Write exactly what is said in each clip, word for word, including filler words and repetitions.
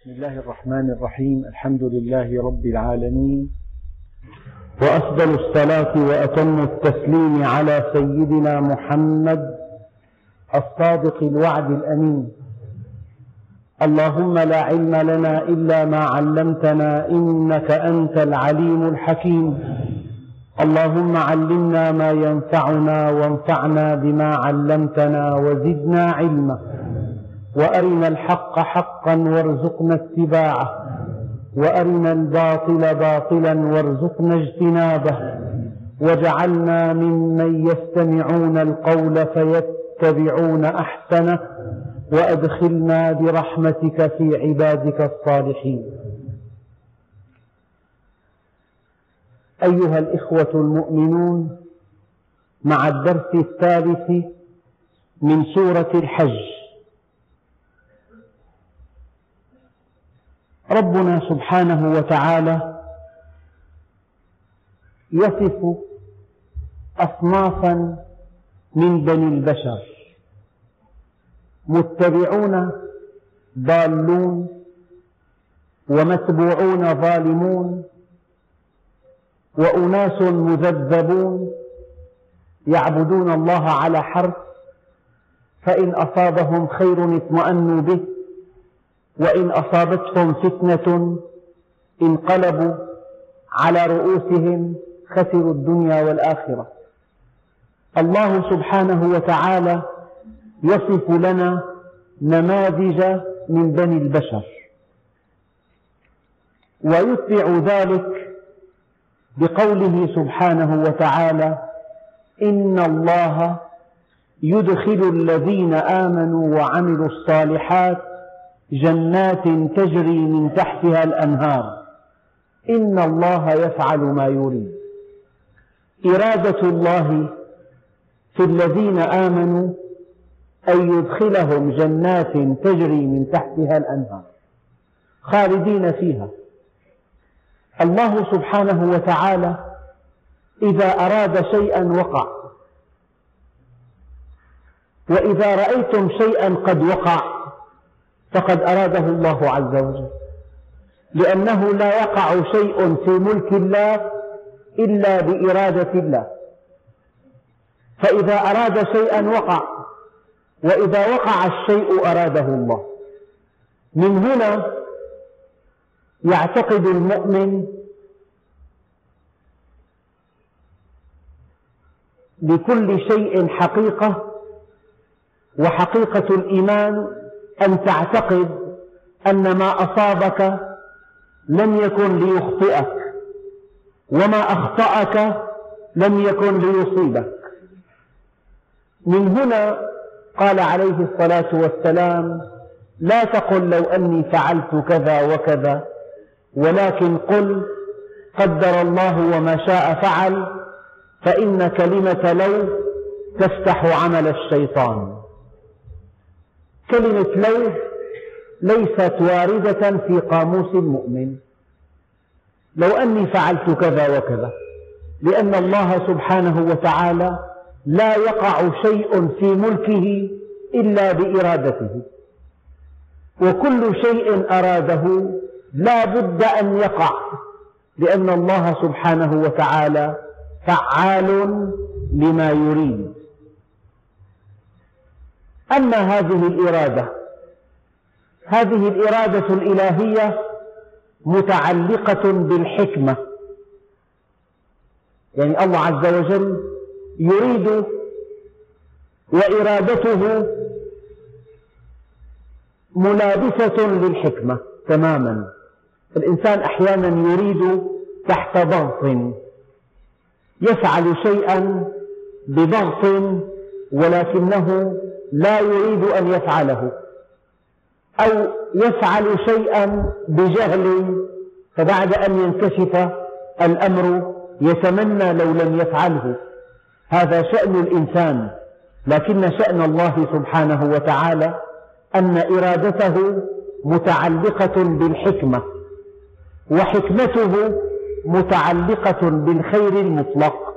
بسم الله الرحمن الرحيم. الحمد لله رب العالمين، وأفضل الصلاة وأتم التسليم على سيدنا محمد الصادق الوعد الأمين. اللهم لا علم لنا إلا ما علمتنا إنك أنت العليم الحكيم. اللهم علمنا ما ينفعنا وانفعنا بما علمتنا وزدنا علما، وأرنا الحق حقا وارزقنا اتباعه، وأرنا الباطل باطلا وارزقنا اجتنابه، واجعلنا ممن يستمعون القول فيتبعون أحسنه، وأدخلنا برحمتك في عبادك الصالحين. أيها الإخوة المؤمنون، مع الدرس الثالث من سورة الحج، ربنا سبحانه وتعالى يصف أصنافا من بني البشر، متبعون ضالون ومتبوعون ظالمون، وأناس مذبذبون يعبدون الله على حرف، فإن أصابهم خير اطمأنوا به، وإن أصابتهم فتنة انقلبوا على رؤوسهم خسروا الدنيا والآخرة. الله سبحانه وتعالى يصف لنا نماذج من بني البشر، ويتبع ذلك بقوله سبحانه وتعالى: إن الله يدخل الذين آمنوا وعملوا الصالحات جنات تجري من تحتها الأنهار إن الله يفعل ما يريد. إرادة الله في الذين آمنوا أن يدخلهم جنات تجري من تحتها الأنهار خالدين فيها. الله سبحانه وتعالى إذا أراد شيئا وقع، وإذا رأيتم شيئا قد وقع فقد أراده الله عز وجل، لأنه لا يقع شيء في ملك الله إلا بإرادة الله، فإذا أراد شيئا وقع، وإذا وقع الشيء أراده الله. من هنا يعتقد المؤمن لكل شيء حقيقة، وحقيقة الإيمان أن تعتقد أن ما أصابك لم يكن ليخطئك، وما أخطأك لم يكن ليصيبك. من هنا قال عليه الصلاة والسلام: لا تقل لو أني فعلت كذا وكذا، ولكن قل قدر الله وما شاء فعل، فإن كلمة لو تفتح عمل الشيطان. كلمة لو ليست واردة في قاموس المؤمن، لو أني فعلت كذا وكذا، لأن الله سبحانه وتعالى لا يقع شيء في ملكه إلا بإرادته، وكل شيء أراده لا بد أن يقع، لأن الله سبحانه وتعالى فعال لما يريد. أما هذه الإرادة، هذه الإرادة الإلهية متعلقة بالحكمة، يعني الله عز وجل يريد، وإرادته ملابسة للحكمة تماما. الإنسان أحيانا يريد تحت ضغط، يفعل شيئا بضغط ولكنه لا يريد أن يفعله، أو يفعل شيئا بجهل، فبعد أن ينكشف الأمر يتمنى لو لم يفعله. هذا شأن الإنسان، لكن شأن الله سبحانه وتعالى أن إرادته متعلقة بالحكمة، وحكمته متعلقة بالخير المطلق.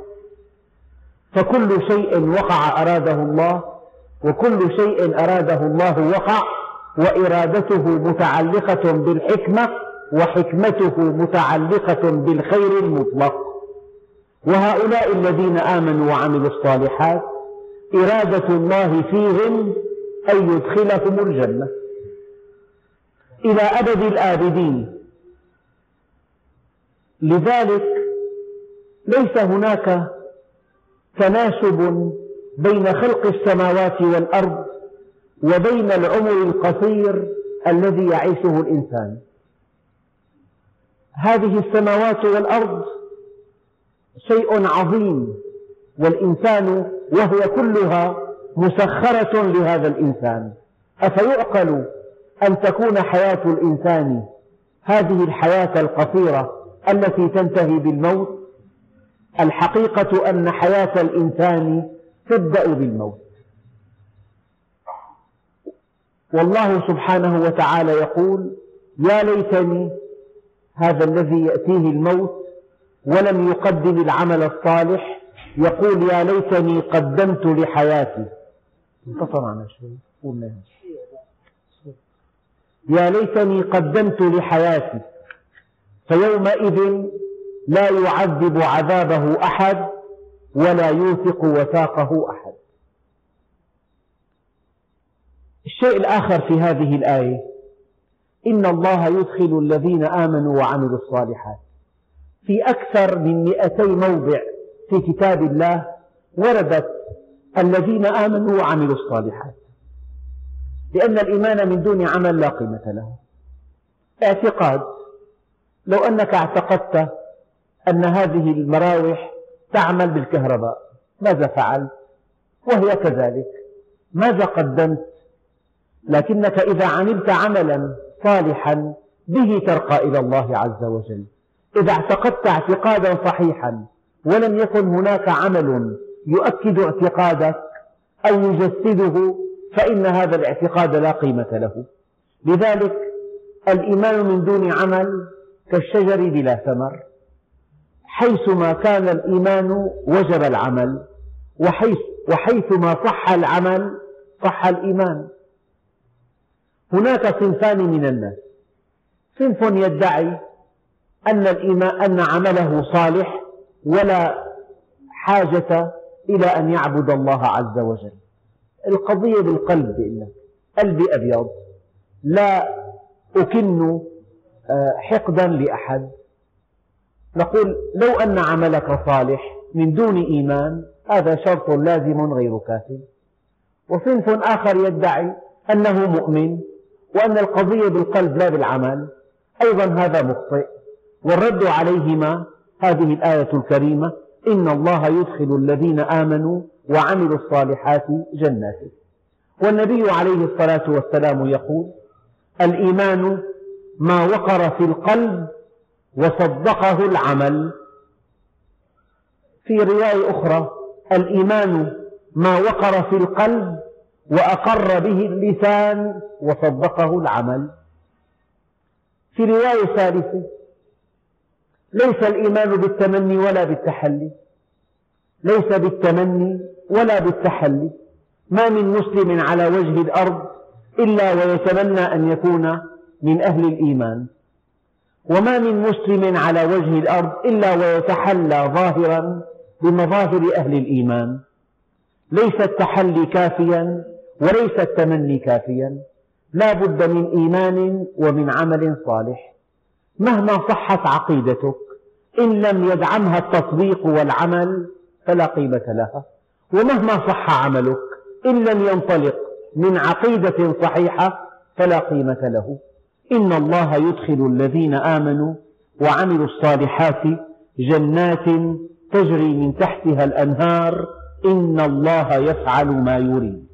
فكل شيء وقع أراده الله، وكل شيء أراده الله وقع، وإرادته متعلقة بالحكمة، وحكمته متعلقة بالخير المطلق. وهؤلاء الذين آمنوا وعملوا الصالحات إرادة الله فيهم أن يدخلهم الجنة إلى أبد الآبدين. لذلك ليس هناك تناسب بين خلق السماوات والأرض وبين العمر القصير الذي يعيشه الإنسان. هذه السماوات والأرض شيء عظيم، والإنسان وهي كلها مسخرة لهذا الإنسان. أفيعقل أن تكون حياة الإنسان هذه الحياة القصيرة التي تنتهي بالموت؟ الحقيقة أن حياة الإنسان تبدأ بالموت. والله سبحانه وتعالى يقول: يا ليتني، هذا الذي يأتيه الموت ولم يقدم العمل الصالح يقول: يا ليتني قدمت لحياتي. انقطع معنا شوي، قلنا يا ليتني قدمت لحياتي، فيومئذ لا يعذب عذابه أحد ولا يوثق وثاقه أحد. الشيء الآخر في هذه الآية: إن الله يدخل الذين آمنوا وعملوا الصالحات. في أكثر من مئتي موضع في كتاب الله وردت الذين آمنوا وعملوا الصالحات، لأن الإيمان من دون عمل لا قيمة له. اعتقاد: لو أنك اعتقدت أن هذه المراوح تعمل بالكهرباء، ماذا فعلت؟ وهي كذلك، ماذا قدمت؟ لكنك إذا عملت عملا صالحا به ترقى إلى الله عز وجل. إذا اعتقدت اعتقادا صحيحا ولم يكن هناك عمل يؤكد اعتقادك أو يجسده، فإن هذا الاعتقاد لا قيمة له. لذلك الإيمان من دون عمل كالشجر بلا ثمر. حيثما كان الإيمان وجب العمل، وحيث وحيثما صح العمل صح الإيمان. هناك صنفان من الناس: صنف يدعي أن الإيمان أن عمله صالح ولا حاجة إلى أن يعبد الله عز وجل. القضية بالقلب، إنك قلبي أبيض، لا أكن حقدا لأحد. نقول: لو أن عملك صالح من دون إيمان هذا شرط لازم غير كاف. وصنف آخر يدعي أنه مؤمن وأن القضية بالقلب لا بالعمل، أيضا هذا مخطئ. والرد عليهما هذه الآية الكريمة: إن الله يدخل الذين آمنوا وعملوا الصالحات جنات. والنبي عليه الصلاة والسلام يقول: الإيمان ما وقر في القلب وصدقه العمل. في رواية أخرى: الإيمان ما وقر في القلب وأقر به اللسان وصدقه العمل. في رواية ثالثة: ليس الإيمان بالتمني ولا بالتحلي، ليس بالتمني ولا بالتحلي. ما من مسلم على وجه الأرض إلا ويتمنى أن يكون من أهل الإيمان، وما من مسلم على وجه الأرض إلا ويتحلى ظاهرا بمظاهر أهل الإيمان. ليس التحلي كافيا وليس التمني كافيا، لا بد من إيمان ومن عمل صالح. مهما صحت عقيدتك إن لم يدعمها التصديق والعمل فلا قيمة لها، ومهما صح عملك إن لم ينطلق من عقيدة صحيحة فلا قيمة له. إن الله يدخل الذين آمنوا وعملوا الصالحات جنات تجري من تحتها الأنهار إن الله يفعل ما يريد.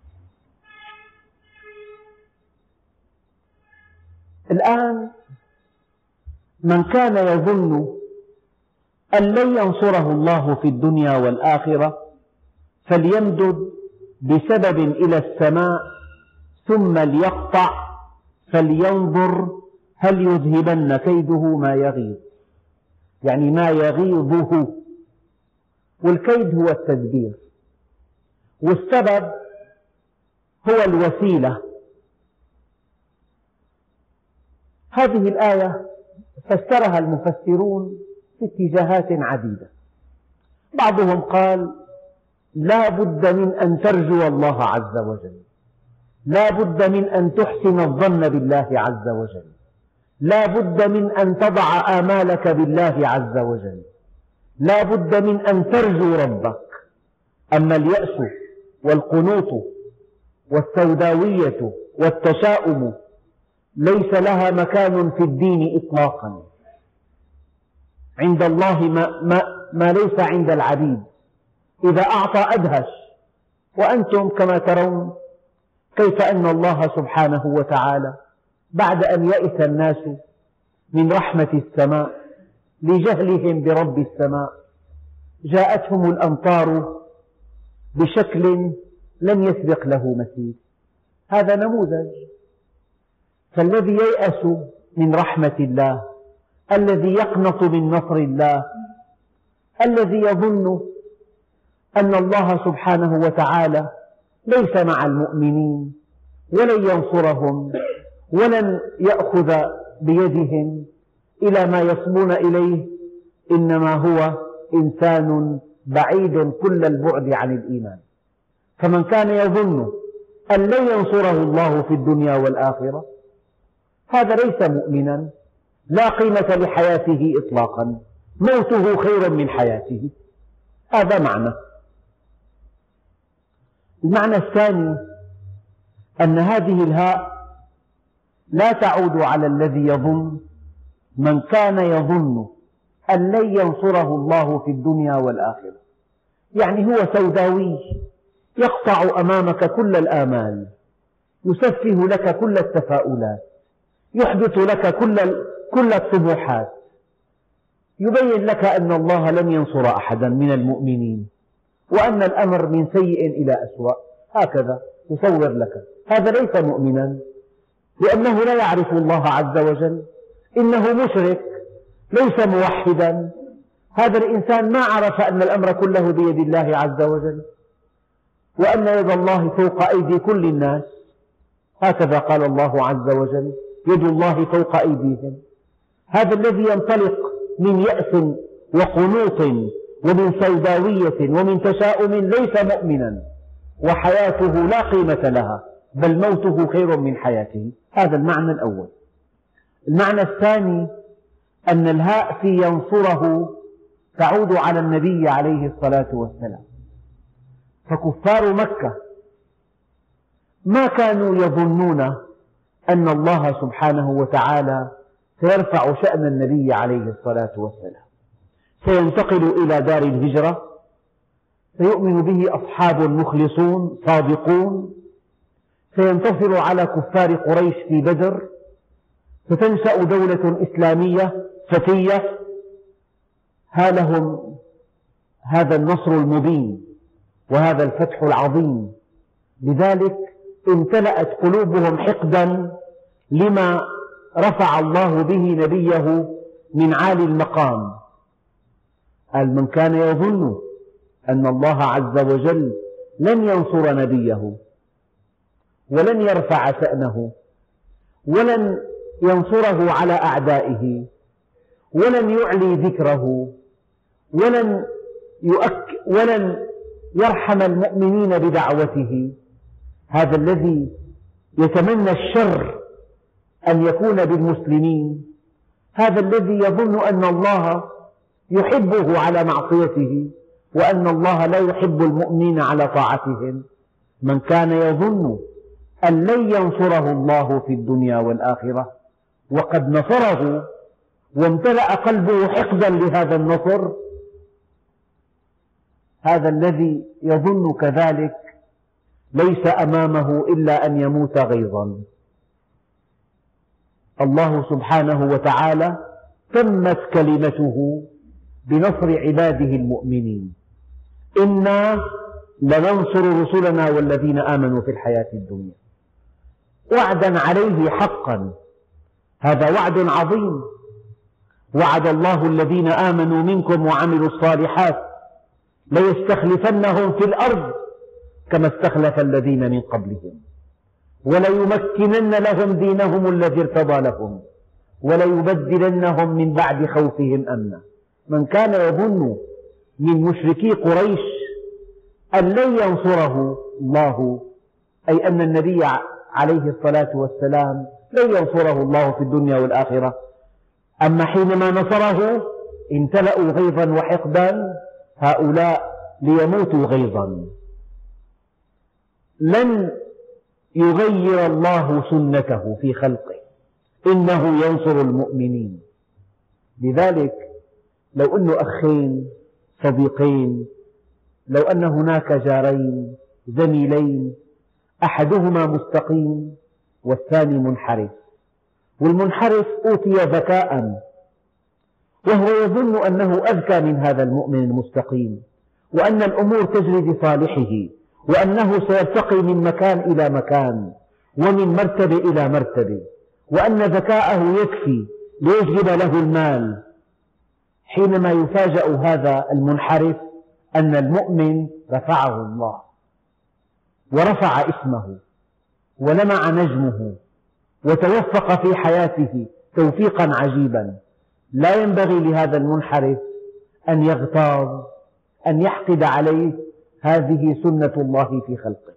الآن من كان يظن أن لن ينصره الله في الدنيا والآخرة فليمدد بسبب إلى السماء ثم ليقطع فلينظر هل يذهبن كيده ما يغيظ، يعني ما يغيظه. والكيد هو التدبير، والسبب هو الوسيلة. هذه الآية فسرها المفسرون في اتجاهات عديدة. بعضهم قال لا بد من أن ترجو الله عز وجل، لا بد من أن تحسن الظن بالله عز وجل، لا بد من أن تضع آمالك بالله عز وجل، لا بد من أن ترجو ربك. أما اليأس والقنوط والسوداوية والتشاؤم ليس لها مكان في الدين إطلاقا. عند الله ما, ما, ما ليس عند العبيد. إذا أعطى أدهش، وأنتم كما ترون كيف أن الله سبحانه وتعالى بعد أن يئس الناس من رحمة السماء لجهلهم برب السماء جاءتهم الأمطار بشكل لم يسبق له مثيل. هذا نموذج. فالذي ييأس من رحمة الله، الذي يقنط من نصر الله، الذي يظن أن الله سبحانه وتعالى ليس مع المؤمنين ولن ينصرهم ولن يأخذ بيدهم إلى ما يصبون إليه، إنما هو إنسان بعيد كل البعد عن الإيمان. فمن كان يظن أن لن ينصره الله في الدنيا والآخرة هذا ليس مؤمنا، لا قيمة لحياته إطلاقا، موته خير من حياته. هذا معنى. المعنى الثاني أن هذه الهاء لا تعود على الذي يظن. من كان يظن أن لن ينصره الله في الدنيا والآخرة، يعني هو سوداوي يقطع أمامك كل الآمال، يسفه لك كل التفاؤلات، يحبط لك كل كل الطموحات، يبين لك أن الله لن ينصر أحدا من المؤمنين وأن الأمر من سيء إلى أسوأ، هكذا يصور لك. هذا ليس مؤمنا، لأنه لا يعرف الله عز وجل، إنه مشرك ليس موحدا. هذا الإنسان ما عرف أن الأمر كله بيد الله عز وجل، وأن يد الله فوق أيدي كل الناس، هكذا قال الله عز وجل: يد الله فوق أيديهم. هذا الذي ينطلق من يأس وقنوط ومن سوداوية ومن تشاؤم ليس مؤمنا، وحياته لا قيمة لها، بل موته خير من حياته. هذا المعنى الأول. المعنى الثاني أن الهاء في ينصره تعود على النبي عليه الصلاة والسلام. فكفار مكة ما كانوا يظنون أن الله سبحانه وتعالى سيرفع شأن النبي عليه الصلاة والسلام، سينتقل إلى دار الهجرة، سيؤمن به أصحاب مخلصون صادقون، سينتصر على كفار قريش في بدر، ستنشأ دولة إسلامية فتية، ها لهم هذا النصر المبين وهذا الفتح العظيم. لذلك امتلأت قلوبهم حقدا لما رفع الله به نبيه من عالي المقام. قال: من كان يظن أن الله عز وجل لن ينصر نبيه ولن يرفع شأنه ولن ينصره على أعدائه ولن يعلي ذكره ولن يؤك ولن يرحم المؤمنين بدعوته، هذا الذي يتمنى الشر أن يكون بالمسلمين، هذا الذي يظن أن الله يحبه على معصيته وأن الله لا يحب المؤمنين على طاعتهم، من كان يظن أن لن ينصره الله في الدنيا والآخرة وقد نصره وامتلأ قلبه حقدا لهذا النصر، هذا الذي يظن كذلك ليس أمامه إلا أن يموت غيظا. الله سبحانه وتعالى تمت كلمته بنصر عباده المؤمنين: إنا لننصر رسلنا والذين آمنوا في الحياة الدنيا. وعدا عليه حقا، هذا وعد عظيم. وعد الله الذين آمنوا منكم وعملوا الصالحات ليستخلفنهم في الأرض كما استخلف الذين من قبلهم وليمكنن لهم دينهم الذي ارتضى لهم وليبدلنهم من بعد خوفهم أمنا. من كان يظن من مشركي قريش أن لن ينصره الله، أي أن النبي عليه الصلاة والسلام لن ينصره الله في الدنيا والآخرة، أما حينما نصره امتلأوا غيظا وحقدا، هؤلاء ليموتوا غيظا. لن يغير الله سنته في خلقه، إنه ينصر المؤمنين. لذلك لو أن أخين صديقين، لو أن هناك جارين زميلين، أحدهما مستقيم والثاني منحرف، والمنحرف أوتي ذكاء وهو يظن أنه أذكى من هذا المؤمن المستقيم، وأن الأمور تجري لصالحه، وأنه سيرتقي من مكان إلى مكان ومن مرتبة إلى مرتبة، وأن ذكاءه يكفي ليجلب له المال. حينما يفاجأ هذا المنحرف أن المؤمن رفعه الله ورفع اسمه ولمع نجمه وتوفق في حياته توفيقا عجيبا، لا ينبغي لهذا المنحرف أن يغتاظ، أن يحقد عليه. هذه سنة الله في خلقه.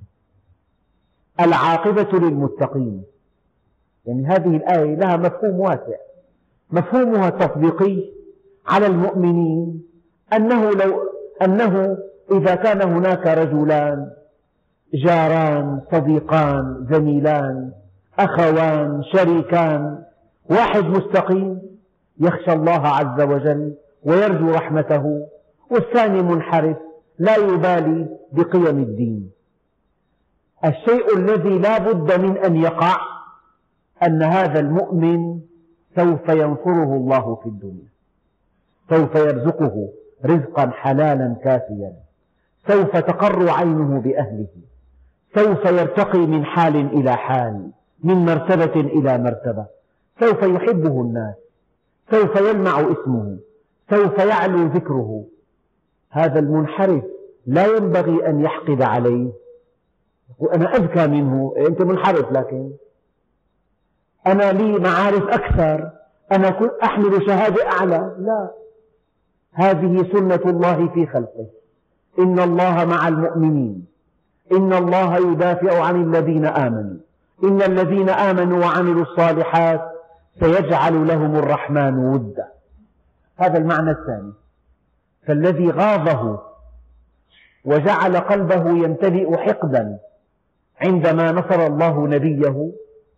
العاقبة للمتقين، يعني هذه الآية لها مفهوم واسع. مفهومها التطبيقي على المؤمنين أنه, لو أنه إذا كان هناك رجلان جاران صديقان زميلان أخوان شريكان، واحد مستقيم يخشى الله عز وجل ويرجو رحمته، والثاني منحرف لا يبالي بقيم الدين، الشيء الذي لا بد من أن يقع أن هذا المؤمن سوف ينصره الله في الدنيا، سوف يرزقه رزقا حلالا كافيا، سوف تقر عينه بأهله، سوف يرتقي من حال إلى حال، من مرتبة إلى مرتبة، سوف يحبه الناس، سوف يلمع اسمه، سوف يعلو ذكره. هذا المنحرف لا ينبغي أن يحقد عليه، أنا أذكى منه، أنت منحرف، لكن أنا لي معارف أكثر، أنا أحمل شهادة أعلى. لا، هذه سنة الله في خلقه. إن الله مع المؤمنين، إن الله يدافع عن الذين آمنوا، إن الذين آمنوا وعملوا الصالحات سيجعل لهم الرحمن ودا. هذا المعنى الثاني. فالذي غاضه وجعل قلبه يمتلئ حقدا عندما نصر الله نبيه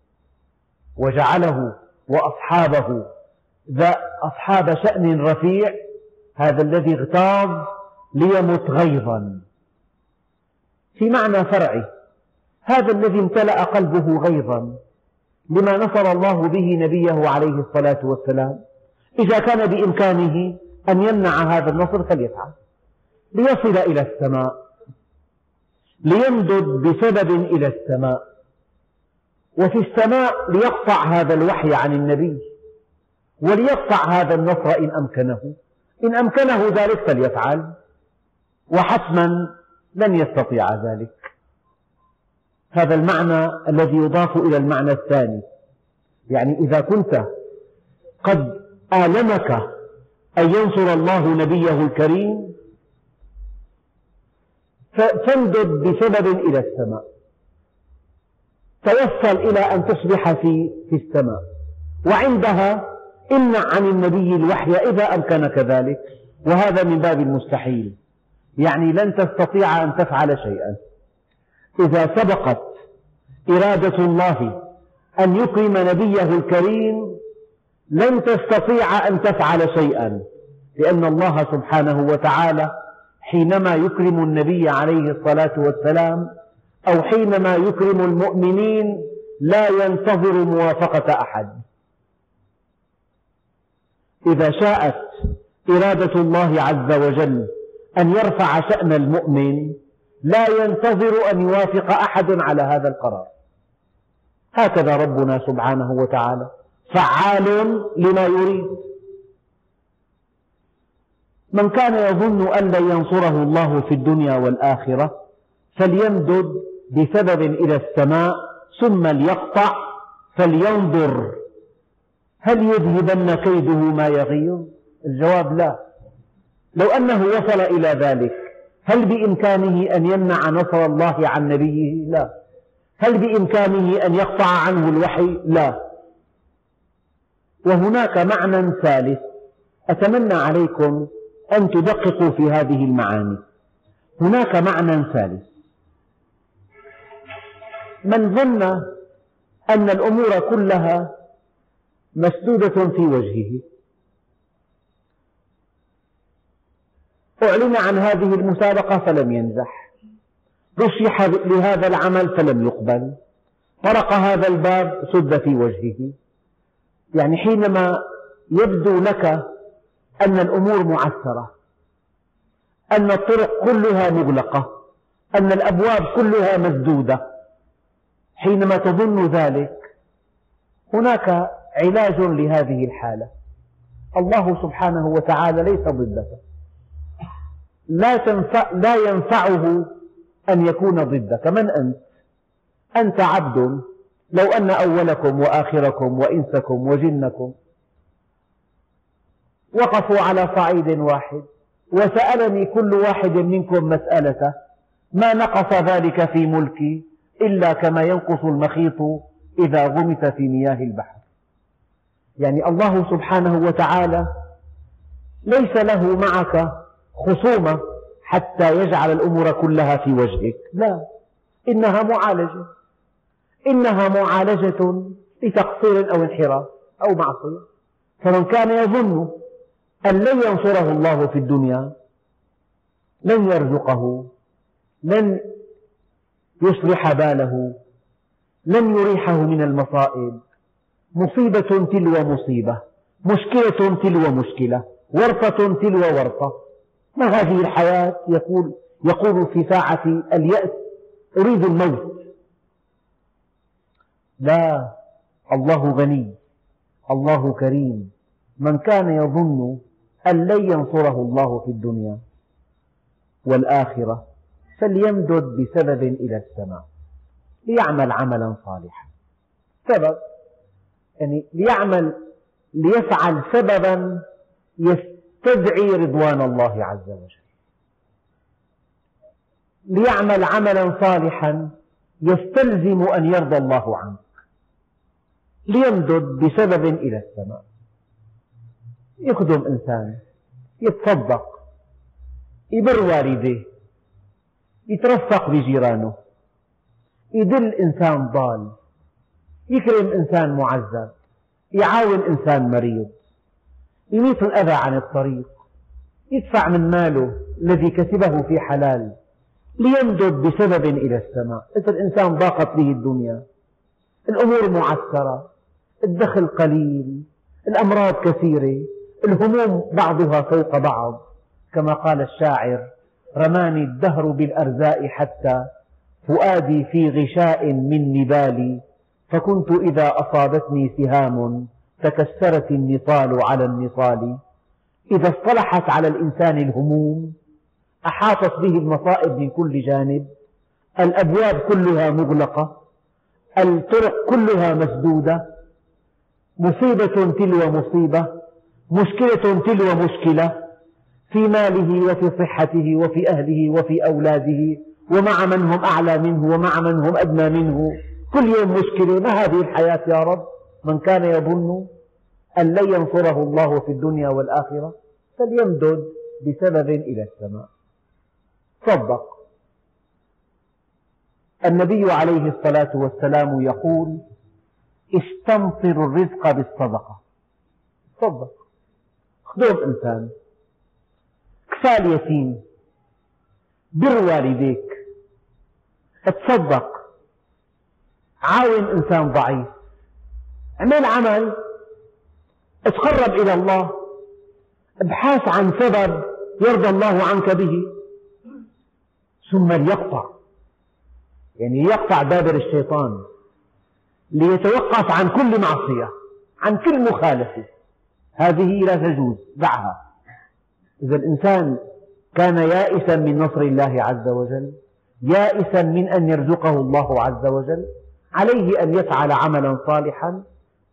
وجعله وأصحابه ذا أصحاب شأن رفيع، هذا الذي اغتاظ ليمت غيظا. في معنى فرعي، هذا الذي امتلأ قلبه غيظا لما نصر الله به نبيه عليه الصلاة والسلام، إذا كان بإمكانه أن يمنع هذا النصر فليفعل، ليصل إلى السماء، ليمدد بسبب إلى السماء، وفي السماء ليقطع هذا الوحي عن النبي، وليقطع هذا النصر إن أمكنه. إن أمكنه ذلك فليفعل، وحتما لن يستطيع ذلك. هذا المعنى الذي يضاف إلى المعنى الثاني، يعني إذا كنت قد آلمك أن ينصر الله نبيه الكريم فامدد بسبب إلى السماء، توصل إلى أن تصبح في في السماء، وعندها امنع عن النبي الوحي إذا أمكنك ذلك، وهذا من باب المستحيل، يعني لن تستطيع أن تفعل شيئا. إذا سبقت إرادة الله أن يكرم نبيه الكريم لن تستطيع أن تفعل شيئا، لأن الله سبحانه وتعالى حينما يكرم النبي عليه الصلاة والسلام أو حينما يكرم المؤمنين لا ينتظر موافقة أحد. إذا شاءت إرادة الله عز وجل أن يرفع شأن المؤمن لا ينتظر أن يوافق أحد على هذا القرار. هكذا ربنا سبحانه وتعالى فعال لما يريد. من كان يظن أن لن ينصره الله في الدنيا والآخرة فليمدد بسبب إلى السماء ثم ليقطع فلينظر هل يذهبن كيده ما يغيظ؟ الجواب لا. لو أنه وصل إلى ذلك هل بإمكانه أن يمنع نصر الله عن نبيه؟ لا. هل بإمكانه أن يقطع عنه الوحي؟ لا. وهناك معنى ثالث أتمنى عليكم أن تدققوا في هذه المعاني. هناك معنى ثالث: من ظن أن الأمور كلها مسدودة في وجهه، أعلن عن هذه المسابقة فلم ينجح، رشح لهذا العمل فلم يقبل، طرق هذا الباب سد في وجهه. يعني حينما يبدو لك أن الأمور معسرة، أن الطرق كلها مغلقة، أن الأبواب كلها مسدودة، حينما تظن ذلك هناك علاج لهذه الحالة. الله سبحانه وتعالى ليس ضدك، لا, تنفع لا ينفعه أن يكون ضدك. من أنت؟ أنت عبد. لو أن أولكم وآخركم وإنسكم وجنكم وقفوا على صعيد واحد وسألني كل واحد منكم مسألة، ما نقص ذلك في ملكي إلا كما ينقص المخيط إذا غمس في مياه البحر. يعني الله سبحانه وتعالى ليس له معك خصومة حتى يجعل الأمور كلها في وجهك، لا، إنها معالجة، إنها معالجة لتقصير أو انحراف أو معصية. فمن كان يظن أن لن ينصره الله في الدنيا، لن يرزقه، لن يصلح باله، لن يريحه من المصائب، مصيبة تلو مصيبة، مشكلة تلو مشكلة، ورطة تلو ورطة. ما هذه الحياة؟ يقول, يقول في ساعة اليأس أريد الموت. لا، الله غني، الله كريم. من كان يظن أن لن ينصره الله في الدنيا والآخرة فليمدد بسبب إلى السماء ليعمل عملا صالحا. سبب، يعني ليعمل ليفعل سببا يستدعي رضوان الله عز وجل، ليعمل عملا صالحا يستلزم أن يرضى الله عنك، ليمدد بسبب إلى السماء. يخدم إنسان، يتصدق، يبر والديه، يترفق بجيرانه، يدل إنسان ضال، يكرم إنسان معذب، يعاون إنسان مريض، يميت الأذى عن الطريق، يدفع من ماله الذي كسبه في حلال ليمدد بسبب إلى السماء. إذا الإنسان ضاقت به الدنيا، الأمور معسرة، الدخل قليل، الأمراض كثيرة، الهموم بعضها فوق بعض، كما قال الشاعر: رماني الدهر بالأرزاء حتى فؤادي في غشاء من نبالي، فكنت إذا أصابتني سهام تكسرت النصال على النصال. إذا اصطلحت على الإنسان الهموم أحاطت به المصائب من كل جانب، الأبواب كلها مغلقة، الطرق كلها مسدودة، مصيبة تلو مصيبة، مشكلة تلو مشكلة، في ماله وفي صحته وفي أهله وفي أولاده، ومع من هم أعلى منه ومع من هم أدنى منه، كل يوم مشكلة. ما هذه الحياة يا رب؟ من كان يظن أن لن ينصره الله في الدنيا والآخرة فليمدد بسبب إلى السماء. صدق. النبي عليه الصلاة والسلام يقول: استمطروا الرزق بالصدقة. صدق، خدم إنسان، كفال يتيم، بر والديك، تصدق، عاون إنسان ضعيف، اعمل عمل، اتقرب إلى الله، ابحث عن سبب يرضى الله عنك به، ثم ليقطع، يعني ليقطع دابر الشيطان، ليتوقف عن كل معصية، عن كل مخالفة، هذه لا تجوز، دعها. إذا الإنسان كان يائسا من نصر الله عز وجل، يائسا من أن يرزقه الله عز وجل، عليه أن يفعل عملا صالحا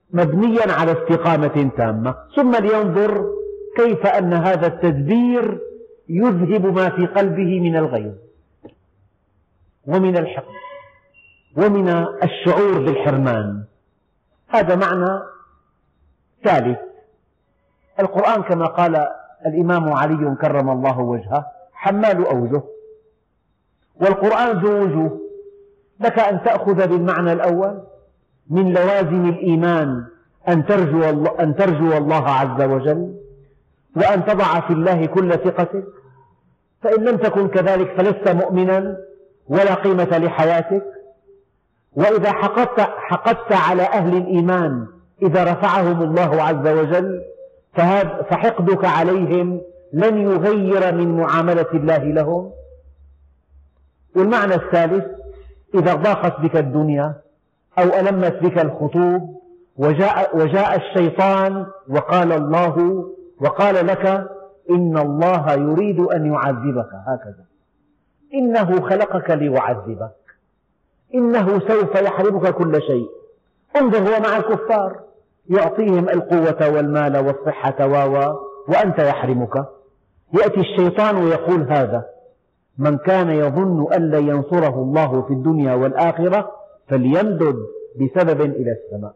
مبنيا على استقامة تامة، ثم لينظر كيف أن هذا التدبير يذهب ما في قلبه من الغيظ ومن الحقد ومن الشعور بالحرمان. هذا معنى ثالث. القرآن كما قال الإمام علي كرم الله وجهه حمال أوجه، والقرآن ذو وجوه. لك أن تأخذ بالمعنى الأول من لوازم الإيمان أن ترجو الله, أن ترجو الله عز وجل، وأن تضع في الله كل ثقتك، فإن لم تكن كذلك فلست مؤمنا ولا قيمة لحياتك. وإذا حقدت, حقدت على أهل الإيمان إذا رفعهم الله عز وجل فحقدك عليهم لن يغير من معاملة الله لهم. والمعنى الثالث: إذا ضاقت بك الدنيا أو ألمت بك الخطوب وجاء, وجاء الشيطان وقال الله وقال لك إن الله يريد أن يعذبك، هكذا إنه خلقك ليعذبك، إنه سوف يحرمك كل شيء. انظر هو مع الكفار يعطيهم القوة والمال والصحة و وأنت يحرمك. يأتي الشيطان ويقول هذا: من كان يظن أن لن ينصره الله في الدنيا والآخرة فليمدد بسبب إلى السماء.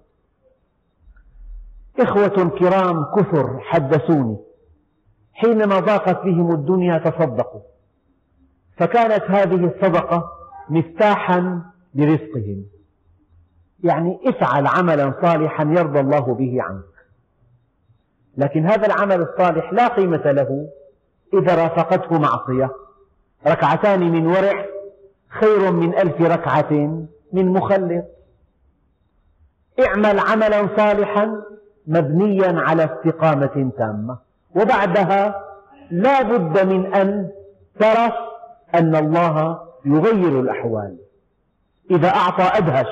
إخوة كرام كثر حدثوني حينما ضاقت بهم الدنيا تصدقوا، فكانت هذه الصدقة مفتاحا لرزقهم. يعني افعل عملا صالحا يرضى الله به عنك، لكن هذا العمل الصالح لا قيمة له إذا رافقته معصية. ركعتان من ورع خير من ألف ركعة من مخلط. اعمل عملا صالحا مبنيا على استقامة تامة، وبعدها لا بد من أن ترى أن الله يغير الأحوال. إذا أعطى أدهش.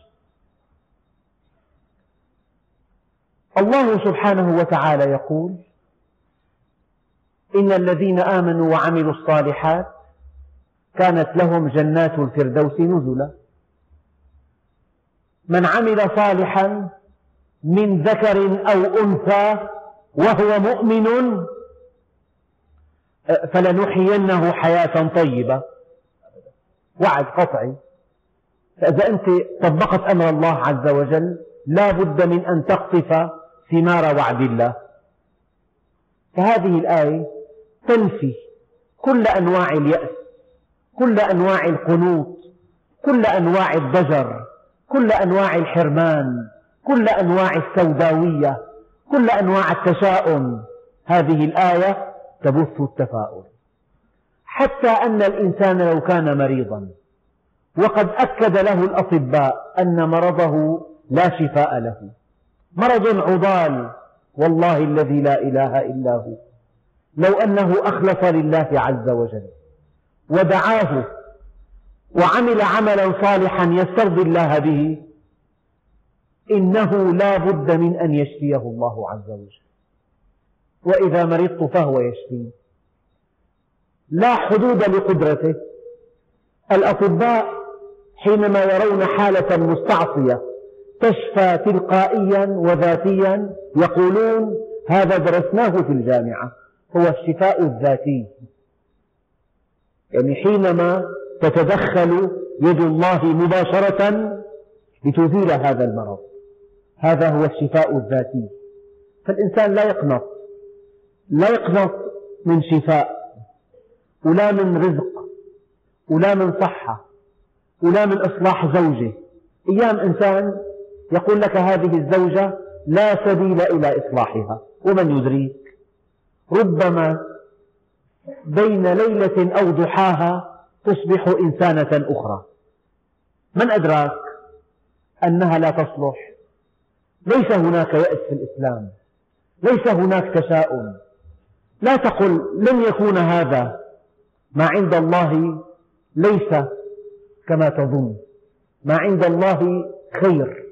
الله سبحانه وتعالى يقول: إن الذين آمنوا وعملوا الصالحات كانت لهم جنات الفردوس نزلا. من عمل صالحا من ذكر أو أنثى وهو مؤمن فلنحيينه حياة طيبة. وعد قطعي. فإذا أنت طبقت أمر الله عز وجل لا بد من أن تقطف ثمار وعد الله. فهذه الآية تنفي كل أنواع اليأس، كل أنواع القنوط، كل أنواع الضجر، كل أنواع الحرمان، كل أنواع السوداوية، كل أنواع التشاؤم. هذه الآية تبث التفاؤل، حتى أن الإنسان لو كان مريضا وقد أكد له الأطباء أن مرضه لا شفاء له، مرض عضال والله الذي لا إله إلا هو، لو أنه أخلص لله عز وجل ودعاه وعمل عملا صالحا يسترضي الله به إنه لا بد من أن يشفيه الله عز وجل. وإذا مرضت فهو يشفين، لا حدود لقدرته. الأطباء حينما يرون حالة مستعصية تشفى تلقائيا وذاتيا يقولون هذا درسناه في الجامعة، هو الشفاء الذاتي. يعني حينما تتدخل يد الله مباشرة لتزيل هذا المرض، هذا هو الشفاء الذاتي. فالإنسان لا يقنط، لا يقنط من شفاء ولا من رزق ولا من صحة ولا من إصلاح زوجه. أيام إنسان يقول لك هذه الزوجة لا سبيل إلى إصلاحها، ومن يدريك ربما بين ليلة أو ضحاها تصبح إنسانة أخرى. من أدراك أنها لا تصلح؟ ليس هناك يأس في الإسلام، ليس هناك تشاؤم. لا تقل لن يكون هذا، ما عند الله ليس كما تظن، ما عند الله خير.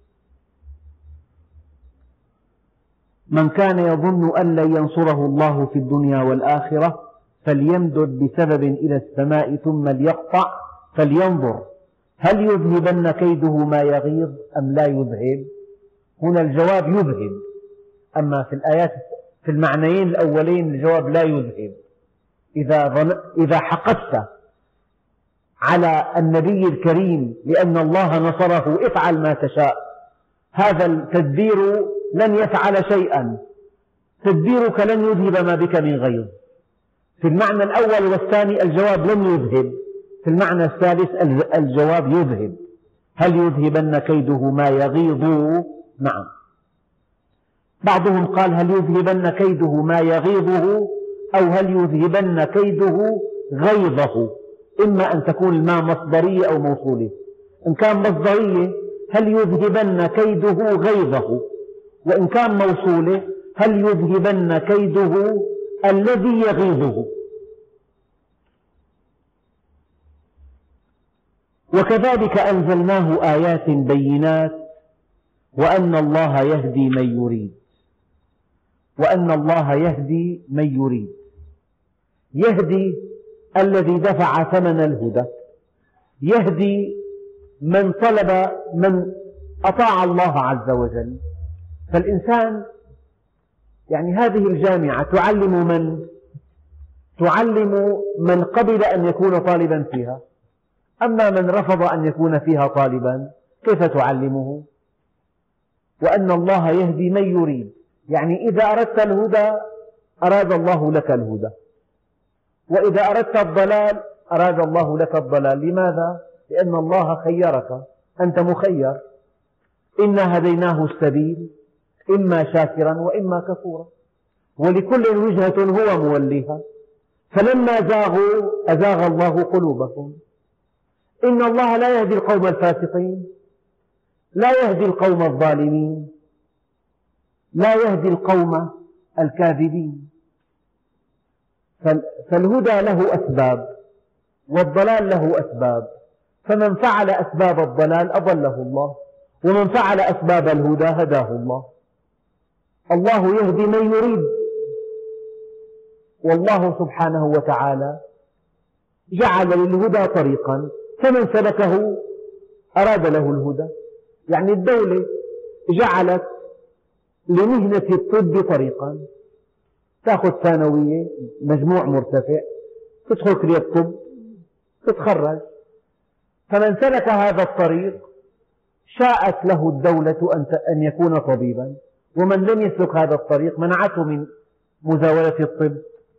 من كان يظن أن لن ينصره الله في الدنيا والآخرة فليمدد بسبب إلى السماء ثم ليقطع فلينظر هل يذهبن كيده ما يغيظ أم لا يذهب. هنا الجواب يذهب، أما في الآيات في المعنيين الأولين الجواب لا يذهب. إذا, إذا حقدت على النبي الكريم لأن الله نصره افعل ما تشاء، هذا التدبير لن يفعل شيئا، تدبيرك لن يذهب ما بك من غيظ. في المعنى الأول والثاني الجواب لن يذهب، في المعنى الثالث الجواب يذهب. هل يذهبن كيده ما يغيظ؟ نعم. بعضهم قال هل يذهبن كيده ما يغيظه، أو هل يذهبن كيده غيظه، إما أن تكون الماء مصدرية أو موصولة. إن كان مصدرية هل يذهبن كيده غيظه، وإن كان موصولة هل يذهبن كيده الذي يغيظه. وكذلك أنزلناه آيات بينات وأن الله يهدي من يريد، وأن الله يهدي من يريد. يهدي الذي دفع ثمن الهدى، يهدي من طلب، من أطاع الله عز وجل. فالإنسان يعني هذه الجامعة تعلم من؟ تعلم من قبل أن يكون طالبا فيها، أما من رفض أن يكون فيها طالبا كيف تعلمه؟ وأن الله يهدي من يريد، يعني إذا أردت الهدى أراد الله لك الهدى، وإذا أردت الضلال أراد الله لك الضلال. لماذا؟ لأن الله خيرك، أنت مخير. إنا هديناه السبيل إما شاكرا وإما كفورا، ولكل وجهة هو موليها، فلما زاغوا أزاغ الله قلوبهم. إن الله لا يهدي القوم الفاسقين، لا يهدي القوم الظالمين، لا يهدي القوم الكاذبين. فالهدى له أسباب والضلال له أسباب، فمن فعل أسباب الضلال أضله الله، ومن فعل أسباب الهدى هداه الله. الله يهدي من يريد، والله سبحانه وتعالى جعل للهدى طريقا، فمن سلكه أراد له الهدى. يعني الدولة جعلت لمهنة الطب طريقا، تأخذ ثانوية مجموع مرتفع تدخل كلية الطب تتخرج، فمن سلك هذا الطريق شاءت له الدولة أن يكون طبيبا، ومن لم يسلك هذا الطريق منعته من مزاولة الطب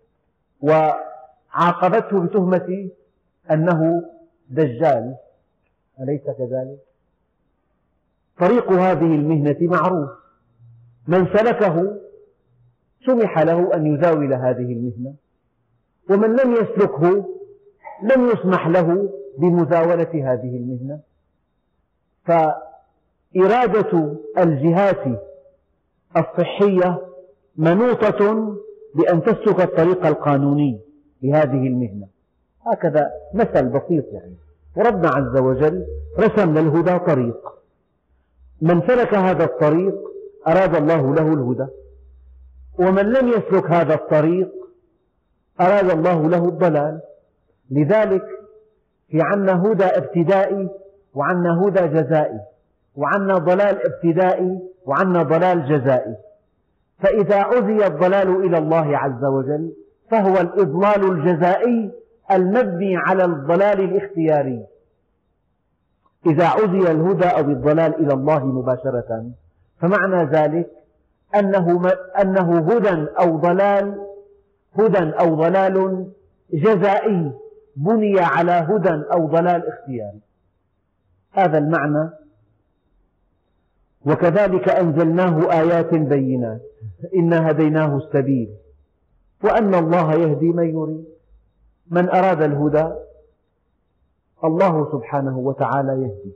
وعاقبته بتهمة أنه دجال، أليس كذلك؟ طريق هذه المهنة معروف، من سلكه سمح له أن يزاول هذه المهنة، ومن لم يسلكه لم يسمح له بمزاولة هذه المهنة. فإرادة الجهات الصحية منوطة بأن تسلك الطريق القانوني لهذه المهنة. هكذا مثل بسيط يعني، وربنا عز وجل رسم للهدى طريق، من سلك هذا الطريق أراد الله له الهدى، ومن لم يسلك هذا الطريق أراد الله له الضلال. لذلك في عنا هدى ابتدائي وعنا هدى جزائي، وعنا ضلال ابتدائي وعنا ضلال جزائي. فإذا عزي الضلال إلى الله عز وجل فهو الإضلال الجزائي المبني على الضلال الاختياري. إذا عزي الهدى أو الضلال إلى الله مباشرة فمعنى ذلك أنه, أنه هدى أو ضلال هدى أو ضلال جزائي بني على هدى أو ضلال اختياري، هذا المعنى. وكذلك أنزلناه آيات بينات إنا هديناه السبيل وأن الله يهدي من يريد. من أراد الهدى الله سبحانه وتعالى يهدي.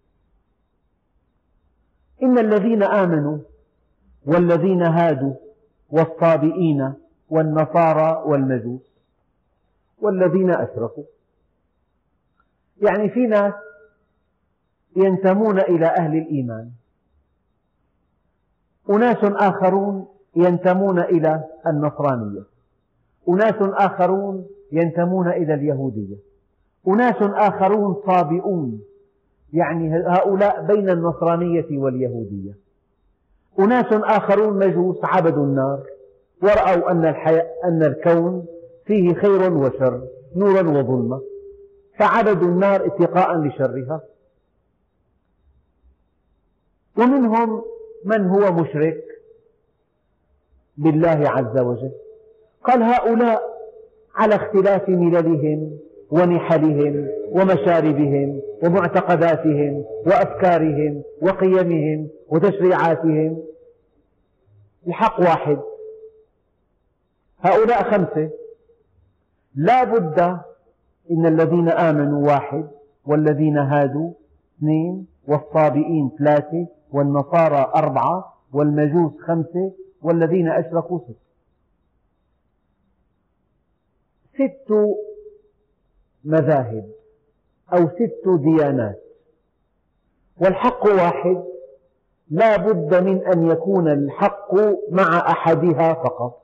إن الذين آمنوا والذين هادوا والصابئين والنصارى والمجوس والذين أشركوا، يعني في ناس ينتمون إلى أهل الإيمان، أناس آخرون ينتمون إلى النصرانية، أناس آخرون ينتمون إلى اليهودية، أناس آخرون صابئون، يعني هؤلاء بين النصرانية واليهودية. أناس آخرون مجوس عبدوا النار ورأوا أن, الحياة أن الكون فيه خير وشر، نورا وظلمة، فعبدوا النار اتقاء لشرها. ومنهم من هو مشرك بالله عز وجل. قال هؤلاء على اختلاف مللهم ونحلهم ومشاربهم ومعتقداتهم وأفكارهم وقيمهم وتشريعاتهم، الحق واحد. هؤلاء خمسة، لا بد إن الذين آمنوا واحد، والذين هادوا اثنين، والصابئين ثلاثة، والنصارى أربعة، والمجوس خمسة، والذين أشركوا ستة. ست مذاهب أو ست ديانات، والحق واحد، لا بد من أن يكون الحق مع أحدها فقط،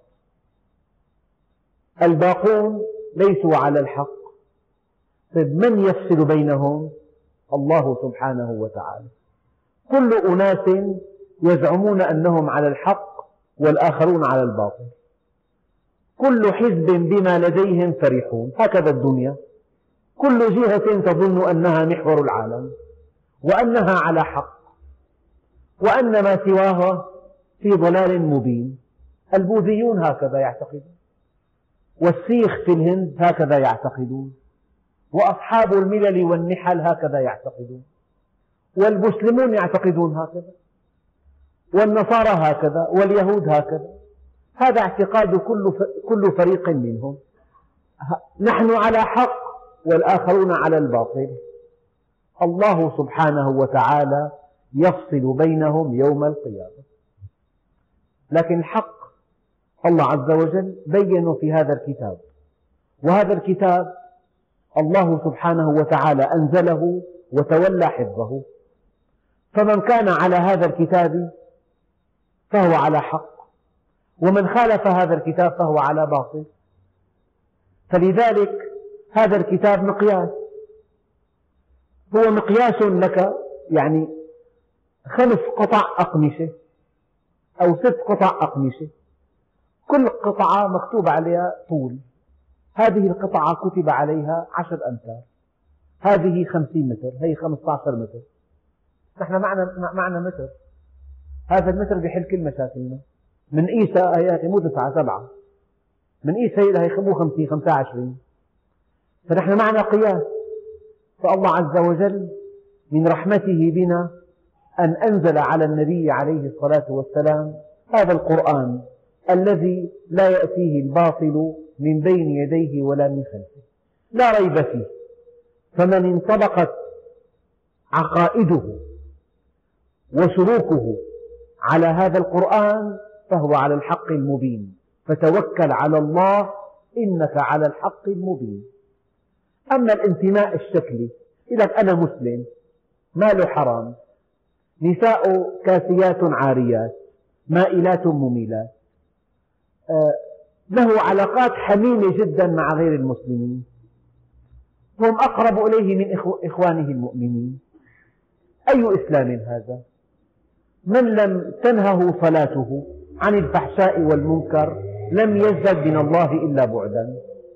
الباقون ليسوا على الحق. طيب من يفصل بينهم؟ الله سبحانه وتعالى. كل أناس يزعمون أنهم على الحق والآخرون على الباطل، كل حزب بما لديهم فرحون، هكذا الدنيا، كل جهة تظن أنها محور العالم وأنها على حق، وأن ما سواها في ضلال مبين. البوذيون هكذا يعتقدون، والسيخ في الهند هكذا يعتقدون، وأصحاب الملل والنحل هكذا يعتقدون، والمسلمون يعتقدون هكذا، والنصارى هكذا، واليهود هكذا. هذا اعتقاد كل فريق منهم، نحن على حق والآخرون على الباطل. الله سبحانه وتعالى يفصل بينهم يوم القيامة. لكن الحق الله عز وجل بيّنه في هذا الكتاب، وهذا الكتاب الله سبحانه وتعالى أنزله وتولى حفظه، فمن كان على هذا الكتاب فهو على حق، ومن خالف هذا الكتاب فهو على باطل. فلذلك هذا الكتاب مقياس، هو مقياس لك، يعني خمس قطع أقمشة أو ست قطع أقمشة، كل قطعة مكتوب عليها طول، هذه القطعة كتب عليها عشر أمتار، هذه خمسين متر، هي خمسة عشر متر، نحن معنا, معنا متر، هذا المتر بيحل كل مشاكلنا. من قيسها هي مو تسعة سبعة، من قيسها هي مو خمسين خمسة عشرين، فنحن معنا قياس. فالله عز وجل من رحمته بنا أن أنزل على النبي عليه الصلاة والسلام هذا القرآن الذي لا يأتيه الباطل من بين يديه ولا من خلفه، لا ريب فيه. فمن انطبقت عقائده وسلوكه على هذا القرآن فهو على الحق المبين، فتوكل على الله إنك على الحق المبين. أما الانتماء الشكلي، يقول لك أنا مسلم، ماله حرام، نساء كاسيات عاريات مائلات مميلات، له علاقات حميمة جدا مع غير المسلمين، هم أقرب إليه من إخوانه المؤمنين. أي إسلام هذا؟ من لم تنهه صلاته عن الفحشاء والمنكر لم يزدد من الله إلا بعدا.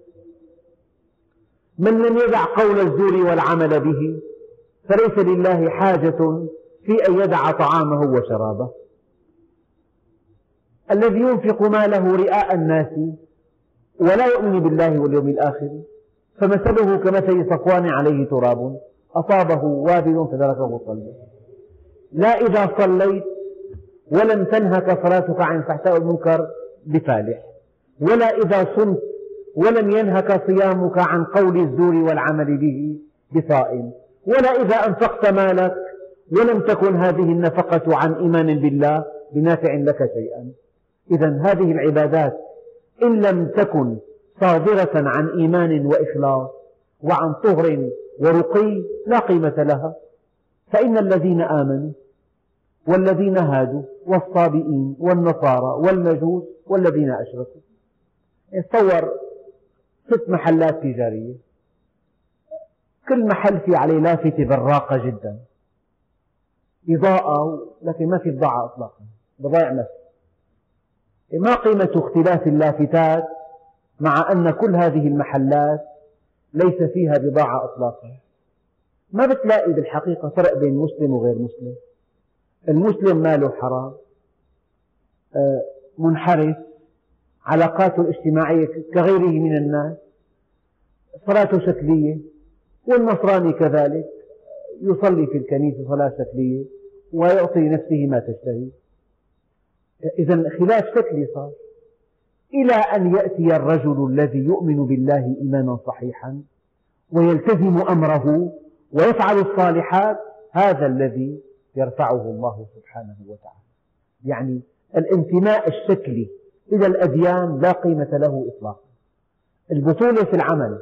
من لم يدع قول الزور والعمل به فليس لله حاجة في أن يدع طعامه وشرابه. الذي ينفق ماله رئاء الناس ولا يؤمن بالله واليوم الآخر فمثله كمثل صفوان عليه تراب أصابه وابل فتركه صلبا. لا إذا صليت ولم تنهك صلاتك عن الفحشاء والمنكر بفالح، ولا إذا صمت ولم ينهك صيامك عن قول الزور والعمل به بصائم، ولا إذا أنفقت مالك ولم تكن هذه النفقة عن إيمان بالله بنافع لك شيئا. إذن هذه العبادات إن لم تكن صادرة عن إيمان وإخلاص وعن طهر ورقي لا قيمة لها. فإن الذين آمنوا والذين هادوا والصابئين والنصارى والمجوس والذين أشركوا، تصور ست محلات تجارية، كل محل في عليه لافتة براقة جدا، إضاءة، لكن ما في بضاعة إطلاقا، بضيع نفسه. ما قيمة اختلاف اللافتات مع أن كل هذه المحلات ليس فيها بضاعة إطلاقا؟ ما بتلاقي بالحقيقة فرق بين مسلم وغير مسلم. المسلم ماله حرام، منحرف، علاقاته الاجتماعية كغيره من الناس، صلاته شكلية، والنصراني كذلك يصلي في الكنيسة صلاة شكلية ويعطي نفسه ما تشتهي. إذا خلاف شكلي صار، إلى أن يأتي الرجل الذي يؤمن بالله إيمانا صحيحا ويلتزم أمره ويفعل الصالحات، هذا الذي يرفعه الله سبحانه وتعالى. يعني الانتماء الشكلي إلى الأديان لا قيمة له إطلاقا. البطولة في العمل.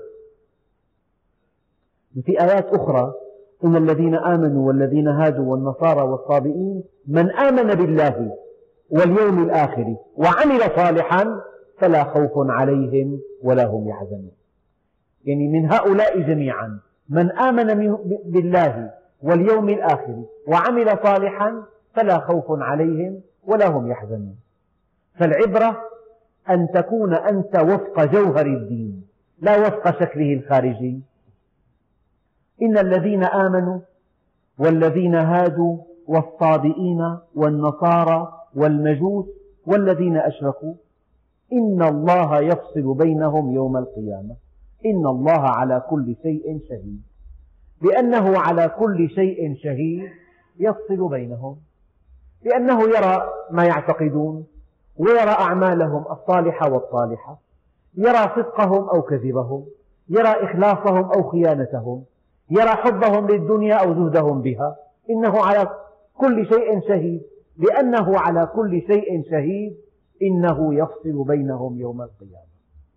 في آيات أخرى: إن الذين آمنوا والذين هادوا والنصارى والصابئين من آمن بالله واليوم الآخر وعمل صالحا فلا خوف عليهم ولا هم يحزنون. يعني من هؤلاء جميعا من آمن بالله واليوم الآخر وعمل صالحا فلا خوف عليهم ولا هم يحزنون. فالعبرة أن تكون أنت وفق جوهر الدين لا وفق شكله الخارجي. إن الذين آمنوا والذين هادوا والصابئين والنصارى والمجوس والذين أشركوا إن الله يفصل بينهم يوم القيامة إن الله على كل شيء شهيد. لأنه على كل شيء شهيد يفصل بينهم، لأنه يرى ما يعتقدون ويرى أعمالهم الصالحة والطالحة، يرى صدقهم أو كذبهم، يرى إخلاصهم أو خيانتهم، يرى حبهم للدنيا أو زهدهم بها. إنه على كل شيء شهيد. لأنه على كل شيء شهيد إنه يفصل بينهم يوم القيامة.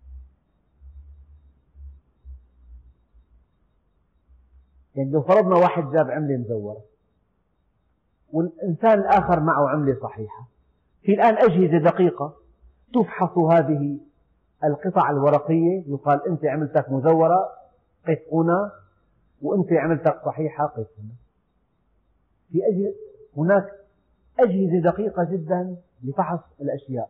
يعني لو فرضنا واحد جاب عملة مزورة والإنسان الآخر معه عملة صحيحة، في الآن أجهزة دقيقة تفحص هذه القطع الورقية، يقال أنت عملتك مزورة قف هنا وأنت عملتك صحيحة قف هنا. في أجهزة هناك أجهزة دقيقة جدا لفحص الأشياء.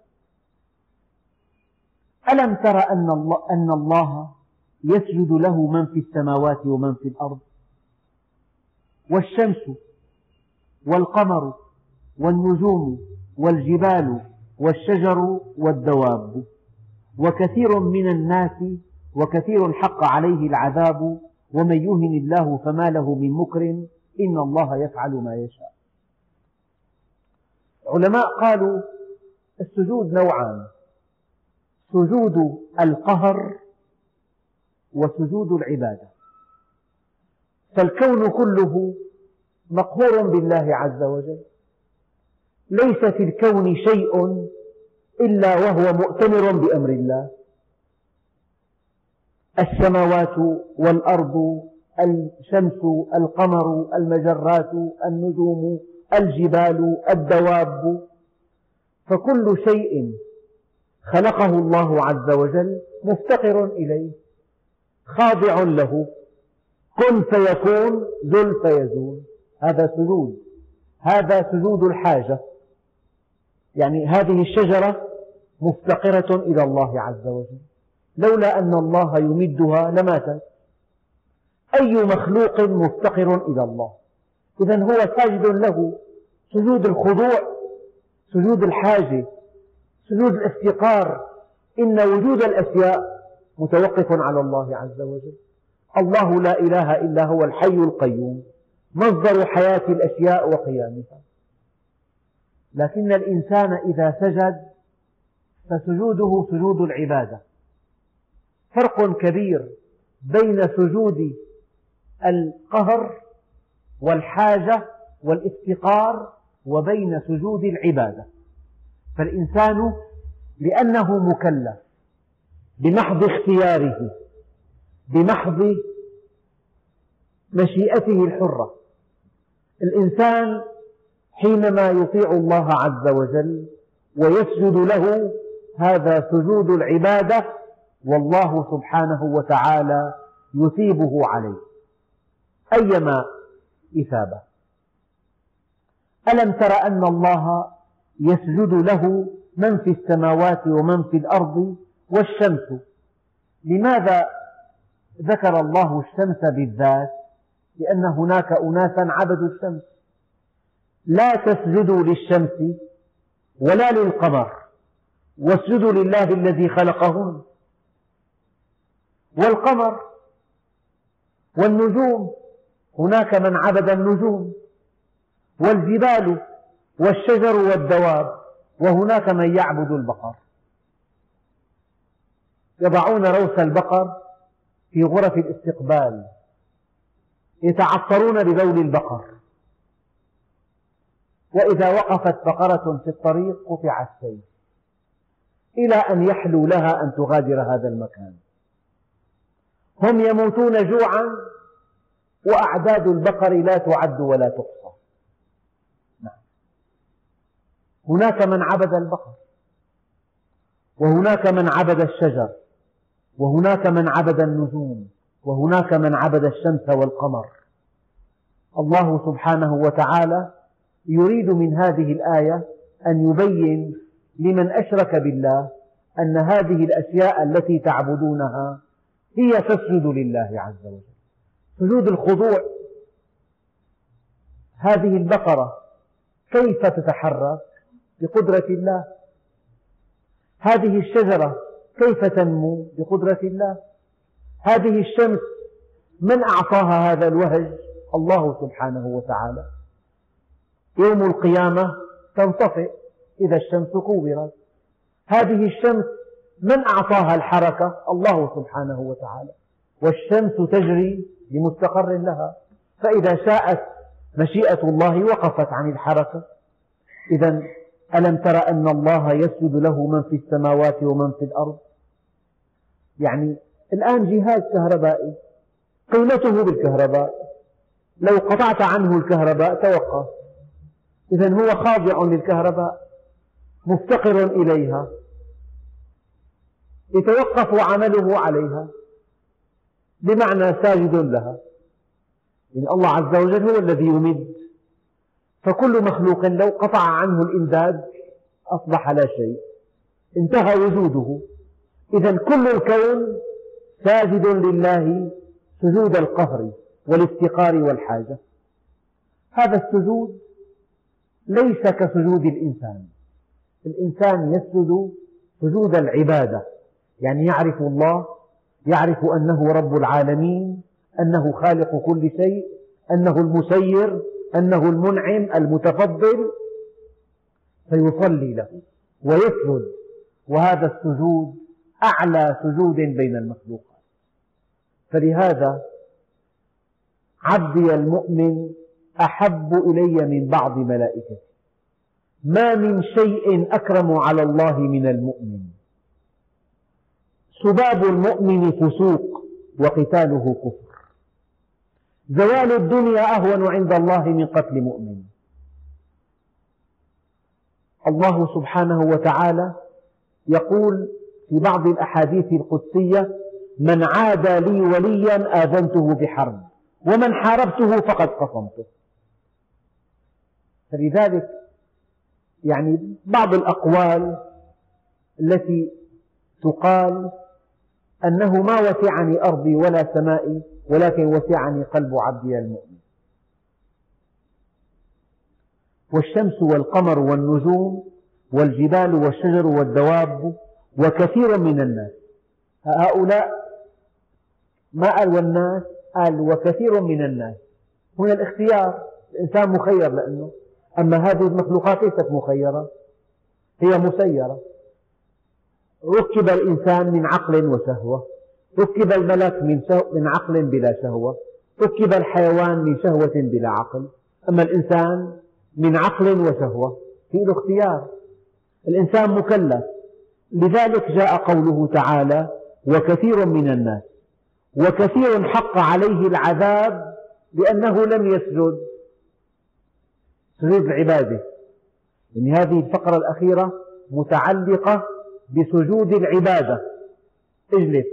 ألم تر أن الله, أن الله يسجد له من في السماوات ومن في الأرض، والشمس والقمر والنجوم والجبال والشجر والدواب وكثير من الناس وكثير حق عليه العذاب ومن يهن الله فما له من مكرم إن الله يفعل ما يشاء. علماء قالوا السجود نوعان: سجود القهر وسجود العبادة. فالكون كله مقهور بالله عز وجل، ليس في الكون شيء إلا وهو مؤتمر بأمر الله. السماوات والأرض، الشمس، القمر، المجرات، النجوم، الجبال، الدواب، فكل شيء خلقه الله عز وجل مفتقر إليه خاضع له، كن فيكون، زل فيزول. هذا سجود، هذا سجود الحاجة. يعني هذه الشجرة مفتقرة إلى الله عز وجل، لولا أن الله يمدها لماتت. أي مخلوق مفتقر إلى الله، إذن هو ساجد له. سجود الخضوع، سجود الحاجة، سجود الافتقار. إن وجود الأشياء متوقف على الله عز وجل. الله لا إله إلا هو الحي القيوم مصدر حياة الأشياء وقيامها. لكن الإنسان إذا سجد فسجوده سجود العبادة. فرق كبير بين سجود القهر والحاجة والافتقار وبين سجود العبادة. فالإنسان لأنه مكلف بمحض اختياره بمحض مشيئته الحرة، الإنسان حينما يطيع الله عز وجل ويسجد له هذا سجود العبادة، والله سبحانه وتعالى يثيبه عليه أيما إثابة. ألم تر أن الله يسجد له من في السماوات ومن في الأرض والشمس. لماذا ذكر الله الشمس بالذات؟ لأن هناك أناسا عبدوا الشمس. لا تسجدوا للشمس ولا للقمر واسجدوا لله الذي خلقهن. والقمر والنجوم، هناك من عبد النجوم، والجبال والشجر والدواب، وهناك من يعبد البقر. يضعون روث البقر في غرف الاستقبال، يتعطرون ببول البقر، وإذا وقفت بقرة في الطريق قطع السيف إلى أن يحلو لها أن تغادر هذا المكان. هم يموتون جوعا وأعداد البقر لا تعد ولا تحصى. هناك من عبد البقر، وهناك من عبد الشجر، وهناك من عبد النجوم، وهناك من عبد الشمس والقمر. الله سبحانه وتعالى يريد من هذه الآية أن يبين لمن أشرك بالله أن هذه الأشياء التي تعبدونها هي تسجد لله عز وجل. سجود الخضوع. هذه البقرة كيف تتحرك؟ بقدرة الله. هذه الشجرة كيف تنمو؟ بقدرة الله. هذه الشمس من أعطاها هذا الوهج؟ الله سبحانه وتعالى. يوم القيامة تنطفئ إذا الشمس كورت. هذه الشمس من أعطاها الحركة؟ الله سبحانه وتعالى. والشمس تجري لمستقر لها، فإذا شاءت مشيئة الله وقفت عن الحركة. إذا ألم تر أن الله يسجد له من في السماوات ومن في الأرض؟ يعني الآن جهاز كهربائي قيمته بالكهرباء، لو قطعت عنه الكهرباء توقف. إذا هو خاضع للكهرباء، مفتقر إليها، يتوقف عمله عليها، بمعنى ساجد لها. يعني الله عز وجل هو الذي يمد، فكل مخلوق لو قطع عنه الإمداد أصبح لا شيء، انتهى وجوده. إذا كل الكون ساجد لله سجود القهر والافتقار والحاجة. هذا السجود ليس كسجود الإنسان. الإنسان يسجد سجود العبادة، يعني يعرف الله، يعرف أنه رب العالمين، أنه خالق كل شيء، أنه المسير، أنه المنعم المتفضل، فيصلي له ويسجد. وهذا السجود أعلى سجود بين المخلوقات. فلهذا عبدي المؤمن أحب إلي من بعض ملائكتي. ما من شيء أكرم على الله من المؤمن. سباب المؤمن فسوق وقتاله كفر. زوال الدنيا أهون عند الله من قتل مؤمن. الله سبحانه وتعالى يقول في بعض الأحاديث القدسية: من عادى لي وليا آذنته بحرب، ومن حاربته فقد قصمته. فلذلك يعني بعض الأقوال التي تقال أنه ما وسعني أرضي ولا سمائي ولكن وسعني قلب عبدي المؤمن. والشمس والقمر والنجوم والجبال والشجر والدواب وكثير من الناس. هؤلاء ما قال والناس، قال وكثير من الناس. هنا الاختيار، الإنسان مخير لأنه، أما هذه المخلوقات ليست مخيرة، هي مسيرة. ركب الإنسان من عقل وشهوة، ركب الملك من, من عقل بلا شهوة، ركب الحيوان من شهوة بلا عقل. أما الإنسان من عقل وشهوة، في له اختيار. الإنسان مكلف. لذلك جاء قوله تعالى: وكثير من الناس. وكثير حق عليه العذاب لأنه لم يسجد سجود العبادة. يعني هذه الفقرة الأخيرة متعلقة بسجود العبادة. اجلس.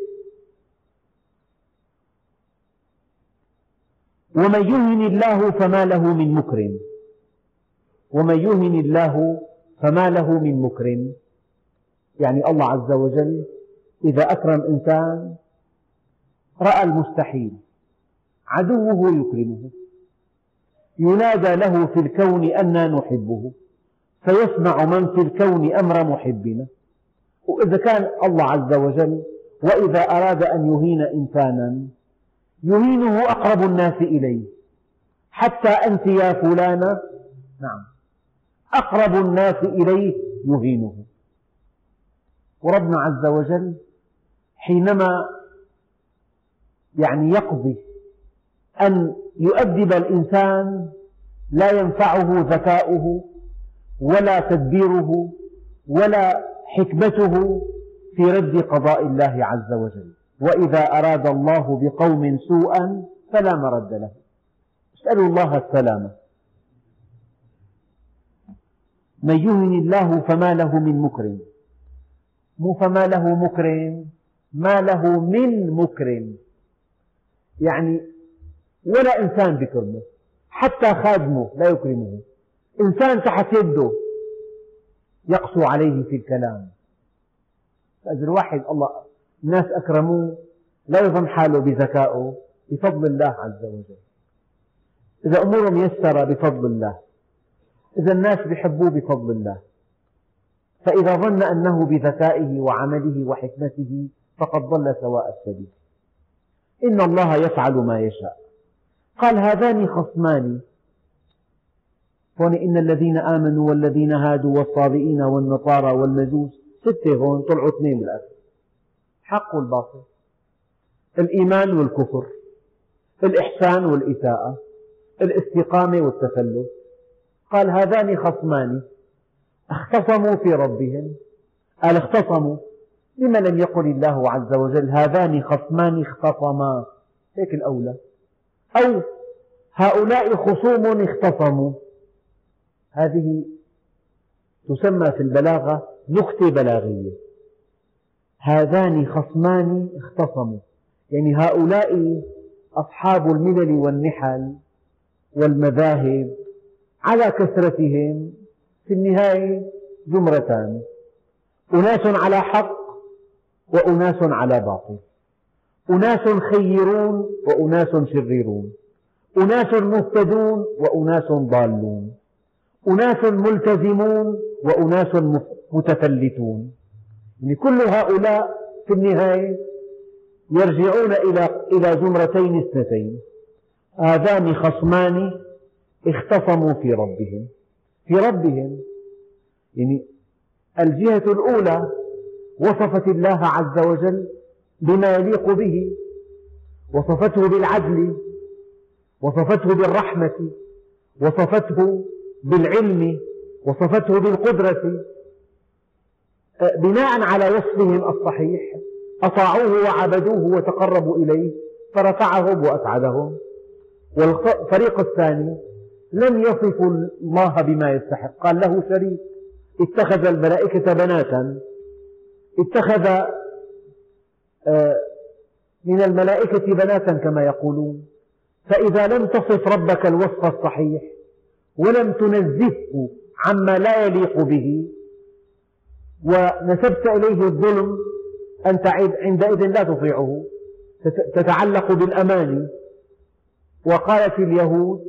ومن يهن الله فما له من مكرم. ومن يهن الله فما له من مكرم. يعني الله عز وجل إذا أكرم إنسان رأى المستحيل، عدوه يكرمه، ينادى له في الكون أنا نحبه، فيسمع من في الكون أمر محبنا. وإذا كان الله عز وجل وإذا أراد أن يهين إنسانا يهينه أقرب الناس إليه، حتى أنت يا فلانة، نعم، أقرب الناس إليه يهينه. وربنا عز وجل حينما يعني يقضي أن يؤدب الإنسان لا ينفعه ذكاؤه ولا تدبيره ولا حكمته في رد قضاء الله عز وجل. وإذا أراد الله بقوم سوءا فلا مرد له. اسألوا الله السلامة. من يهن الله فما له من مكرم، مو فما له مكرم، ما له من مكرم. يعني ولا إنسان بكرمه، حتى خادمه لا يكرمه، إنسان تحت يده يقسو عليه في الكلام. فإذا الواحد الله الناس أكرموه لا يظن حاله بذكائه، بفضل الله عز وجل. إذا أموره ميسرة بفضل الله، إذا الناس بيحبوه بفضل الله. فإذا ظن أنه بذكائه وعمله وحكمته فقد ضل سواء السبيل. إن الله يفعل ما يشاء. قال هذان خصمان، هون إن الذين آمنوا والذين هادوا والصابئين والنصارى والمجوس، ستة هون طلعوا اثنين بالآخر، الحق والباطل، الإيمان والكفر، الإحسان والإساءة، الاستقامة والتفلت. قال هذان خصمان اختصموا في ربهم. قال اختصموا، لما لم يقل الله عز وجل هذان خصمان اختصما؟ هيك الأولى. أو هؤلاء خصوم اختصموا. هذه تسمى في البلاغة نكتة بلاغية. هذان خصمان اختصموا، يعني هؤلاء أصحاب الملل والنحل والمذاهب على كثرتهم في النهاية زمرتان، أناس على حق وأناس على باطل، أناس خيرون وأناس شريرون، أناس مهتدون وأناس ضالون، أناس ملتزمون وأناس متفلتون. يعني كل هؤلاء في النهاية يرجعون إلى إلى زمرتين اثنتين. هذان خصمان اختصموا في ربهم. في ربهم يعني الجهة الأولى وصفت الله عز وجل بما يليق به، وصفته بالعدل، وصفته بالرحمة، وصفته بالعلم، وصفته بالقدرة. بناء على وصفهم الصحيح أطاعوه وعبدوه وتقربوا إليه فرفعهم وأسعدهم. والفريق الثاني لم يصفوا الله بما يستحق، قال له شريك، اتخذ الملائكة بناتا، اتخذ من الملائكة بناتا كما يقولون. فإذا لم تصف ربك الوصف الصحيح ولم تنزهه عما لا يليق به ونسبت إليه الظلم، أنت عندئذ لا تطيعه، تتعلق بالأماني. وقالت اليهود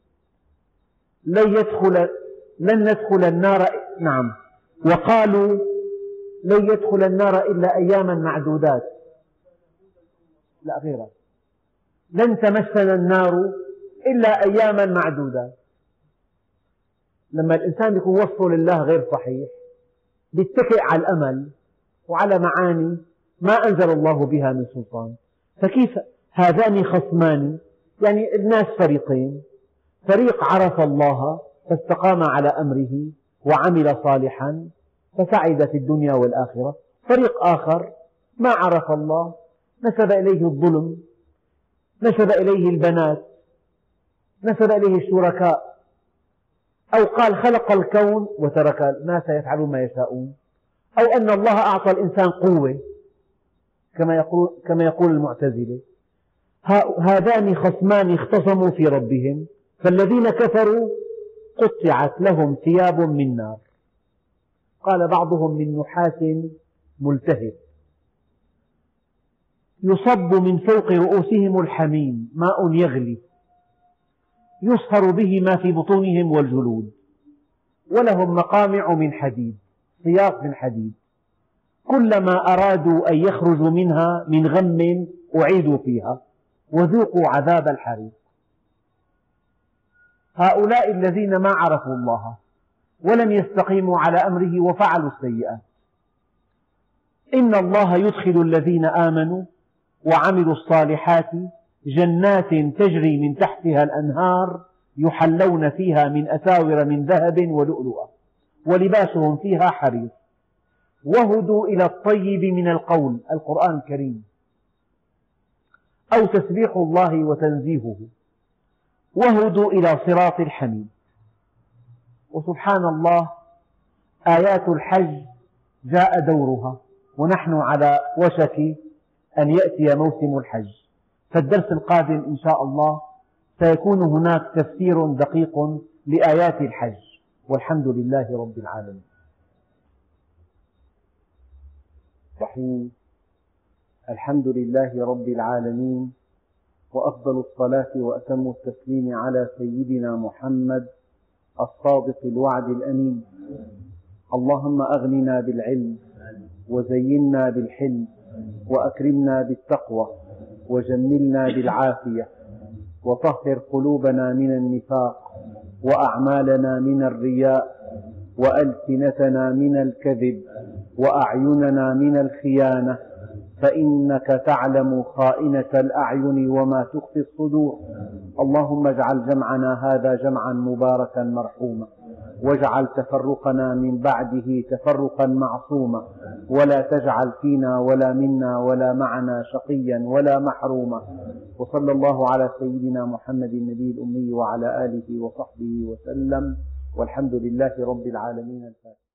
لن يدخل لن ندخل النار، نعم، وقالوا لن يدخل النار إلا أياما معدودات، لا غيرها، لن تمسنا النار إلا أياما معدودات. لما الإنسان يكون وصفه لله غير صحيح يتكئ على الأمل وعلى معاني ما أنزل الله بها من سلطان. فكيف هذان خصمان؟ يعني الناس فريقين، فريق عرف الله فاستقام على أمره وعمل صالحا فسعد في الدنيا والآخرة، فريق آخر ما عرف الله نسب إليه الظلم، نسب إليه البنات، نسب إليه الشركاء، أو قال خلق الكون وترك الناس يفعلون ما يشاءون، أو أن الله أعطى الإنسان قوة كما يقول, كما يقول المعتزلة. هذان خصمان اختصموا في ربهم، فالذين كفروا قطعت لهم ثياب من نار. قال بعضهم من نحاس ملتهب يصب من فوق رؤوسهم الحميم ماء يغلي يصهر به ما في بطونهم والجلود، ولهم مقامع من حديد، سياط من حديد، كلما أرادوا أن يخرجوا منها من غم أعيدوا فيها وذوقوا عذاب الحريق. هؤلاء الذين ما عرفوا الله ولم يستقيموا على أمره وفعلوا السيئات. إن الله يدخل الذين آمنوا وعملوا الصالحات جنات تجري من تحتها الأنهار يحلون فيها من أساور من ذهب ولؤلؤا ولباسهم فيها حرير وهدوا إلى الطيب من القول، القرآن الكريم، أو تسبيح الله وتنزيهه، وهدوا إلى صراط الحميد. وسبحان الله، آيات الحج جاء دورها ونحن على وشك أن يأتي موسم الحج، فالدرس القادم إن شاء الله سيكون هناك تفسير دقيق لآيات الحج، والحمد لله رب العالمين. رحيم. الحمد لله رب العالمين، وأفضل الصلاة وأتم التسليم على سيدنا محمد الصادق الوعد الأمين. اللهم أغننا بالعلم وزينا بالحلم وأكرمنا بالتقوى وجملنا بالعافية، وطهر قلوبنا من النفاق وأعمالنا من الرياء وألسنتنا من الكذب وأعيننا من الخيانة، فإنك تعلم خائنة الأعين وما تخفي الصدور. اللهم اجعل جمعنا هذا جمعا مباركا مرحوما، واجعل تفرقنا من بعده تفرقا معصوما، ولا تجعل فينا ولا منا ولا معنا شقيا ولا محروما. وصلى الله على سيدنا محمد النبي الأمي وعلى آله وصحبه وسلم، والحمد لله رب العالمين. الفاتحة.